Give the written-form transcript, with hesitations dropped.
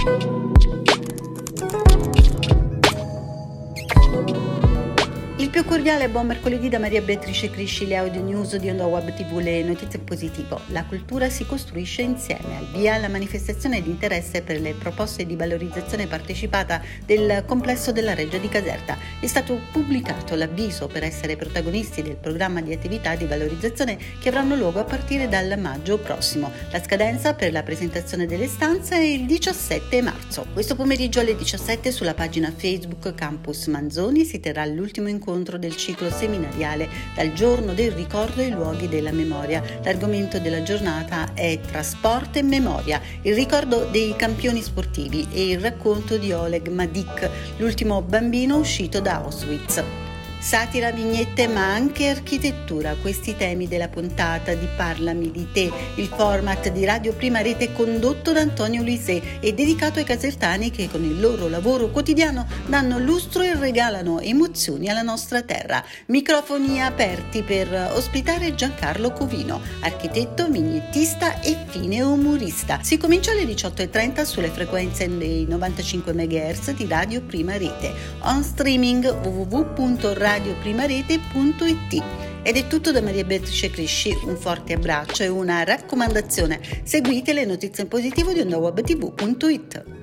Il più cordiale buon mercoledì da Maria Beatrice Crisci, le audio news di Onda Web TV, le notizie positivo. La cultura si costruisce insieme. Al via la manifestazione di interesse per le proposte di valorizzazione partecipata del complesso della Reggia di Caserta. È stato pubblicato l'avviso per essere protagonisti del programma di attività di valorizzazione che avranno luogo a partire dal maggio prossimo. La scadenza per la presentazione delle stanze è il 17 marzo. Questo pomeriggio alle 17 sulla pagina Facebook Campus Manzoni si terrà l'ultimo incontro del ciclo seminariale dal giorno del ricordo ai luoghi della memoria. L'argomento della giornata è trasporto e memoria, il ricordo dei campioni sportivi e il racconto di Oleg Madik, l'ultimo bambino uscito da Auschwitz. Satira, vignette ma anche architettura, questi temi della puntata di Parlami di te, il format di Radio Prima Rete condotto da Antonio Luisè e dedicato ai casertani che con il loro lavoro quotidiano danno lustro e regalano emozioni alla nostra terra. Microfoni aperti per ospitare Giancarlo Covino, architetto, vignettista e fine umorista. Si comincia alle 18:30 sulle frequenze dei 95 MHz di Radio Prima Rete, on streaming www.radioprimarete.it. Ed è tutto da Maria Beatrice Crisci, un forte abbraccio e una raccomandazione: seguite le notizie in positivo di ondawebtv.it.